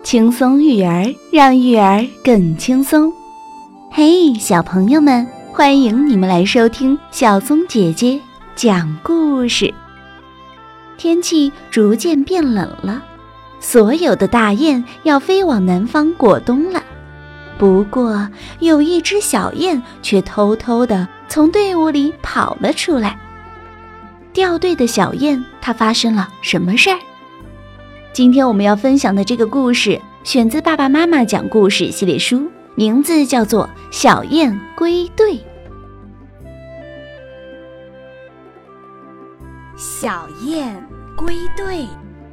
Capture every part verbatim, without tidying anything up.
轻松育儿，让育儿更轻松。嘿，小朋友们，欢迎你们来收听小松姐姐讲故事。天气逐渐变冷了，所有的大雁要飞往南方过冬了。不过，有一只小雁却偷偷地从队伍里跑了出来。掉队的小雁，它发生了什么事儿？今天我们要分享的这个故事选自爸爸妈妈讲故事系列书，名字叫做《小雁归队》。 小雁归队。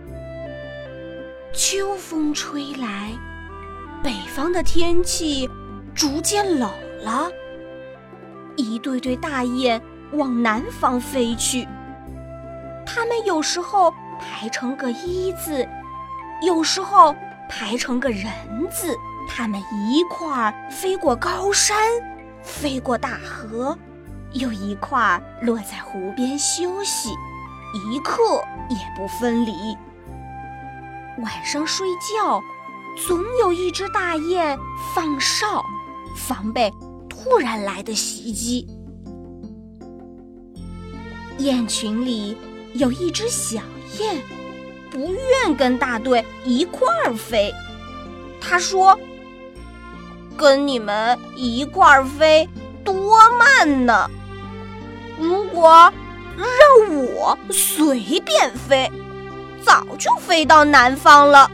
秋风吹来，北方的天气逐渐冷了，一对对大雁往南方飞去。它们有时候排成个一字，有时候排成个人字，它们一块儿飞过高山，飞过大河，又一块儿落在湖边休息，一刻也不分离。晚上睡觉，总有一只大雁放哨，防备突然来的袭击。雁群里有一只小雁，不愿跟大队一块儿飞。他说：“跟你们一块儿飞多慢呢！如果让我随便飞，早就飞到南方了。”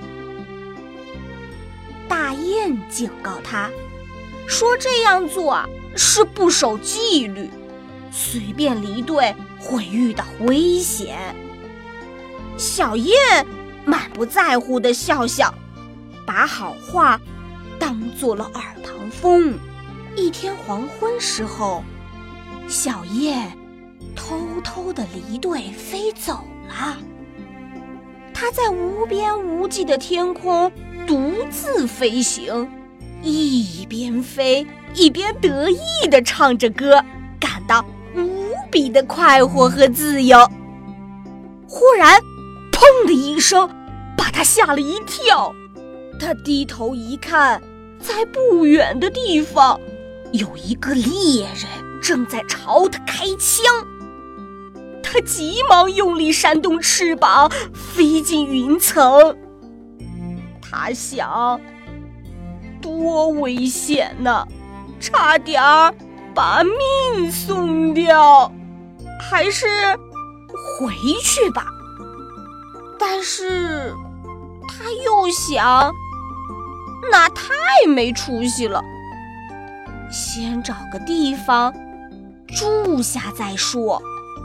大雁警告他说：“这样做啊是不守纪律，随便离队会遇到危险。”小雁满不在乎地笑笑，把好话当做了耳旁风。一天黄昏时候，小雁偷偷地离队飞走了。它在无边无际的天空独自飞行，一边飞一边得意地唱着歌，感到无比的快活和自由。忽然砰的一声，把他吓了一跳。他低头一看，在不远的地方有一个猎人正在朝他开枪。他急忙用力扇动翅膀，飞进云层。他想，多危险呢，差点儿把命送掉，还是回去吧。但是他又想，那太没出息了，先找个地方住下再说。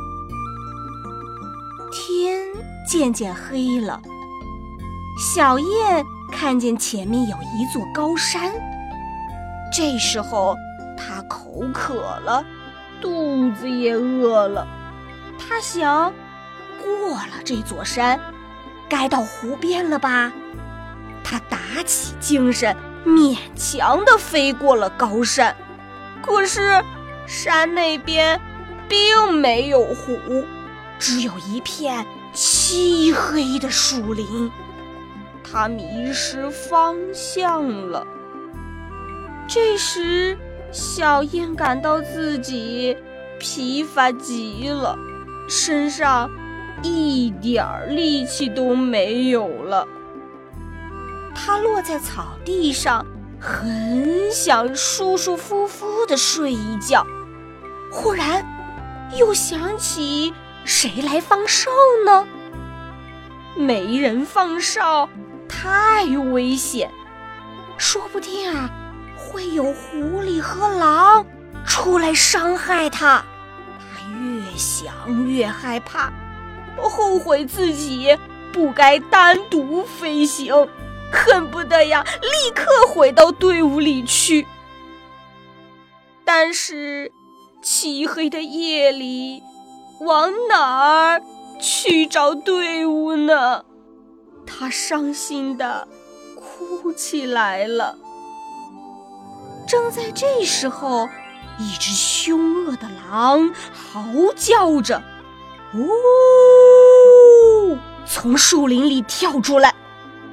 天渐渐黑了，小雁看见前面有一座高山。这时候他口渴了，肚子也饿了。他想，过了这座山，该到湖边了吧？他打起精神，勉强地飞过了高山。可是山那边并没有湖，只有一片漆黑的树林。他迷失方向了。这时小雁感到自己疲乏极了，身上一点力气都没有了。他落在草地上，很想舒舒服服地睡一觉。忽然又想起，谁来放哨呢？没人放哨太危险，说不定啊会有狐狸和狼出来伤害他。他越想越害怕，后悔自己不该单独飞行，恨不得呀立刻回到队伍里去。但是漆黑的夜里，往哪儿去找队伍呢？他伤心地哭起来了。正在这时候，一只凶恶的狼嚎叫着，呜，从树林里跳出来。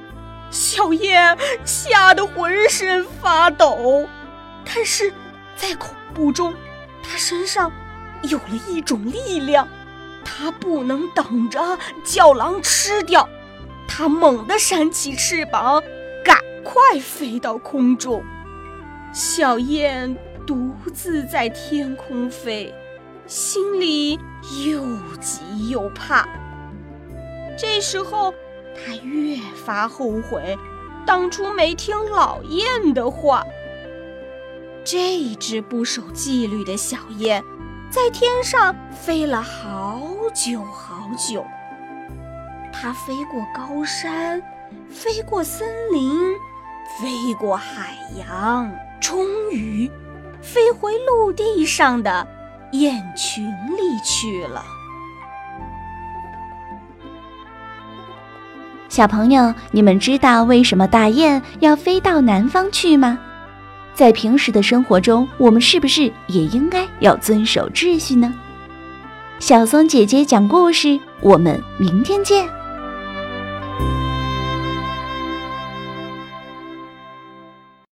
小燕吓得浑身发抖，但是在恐怖中，她身上有了一种力量，她不能等着叫狼吃掉，她猛地扇起翅膀，赶快飞到空中。小燕独自在天空飞，心里又急又怕。这时候他越发后悔当初没听老燕的话。这只不守纪律的小燕在天上飞了好久好久，它飞过高山，飞过森林，飞过海洋，终于飞回陆地上的雁群里去了。 小朋友，你们知道为什么大雁要飞到南方去吗？在平时的生活中，我们是不是也应该要遵守秩序呢？小松姐姐讲故事，我们明天见。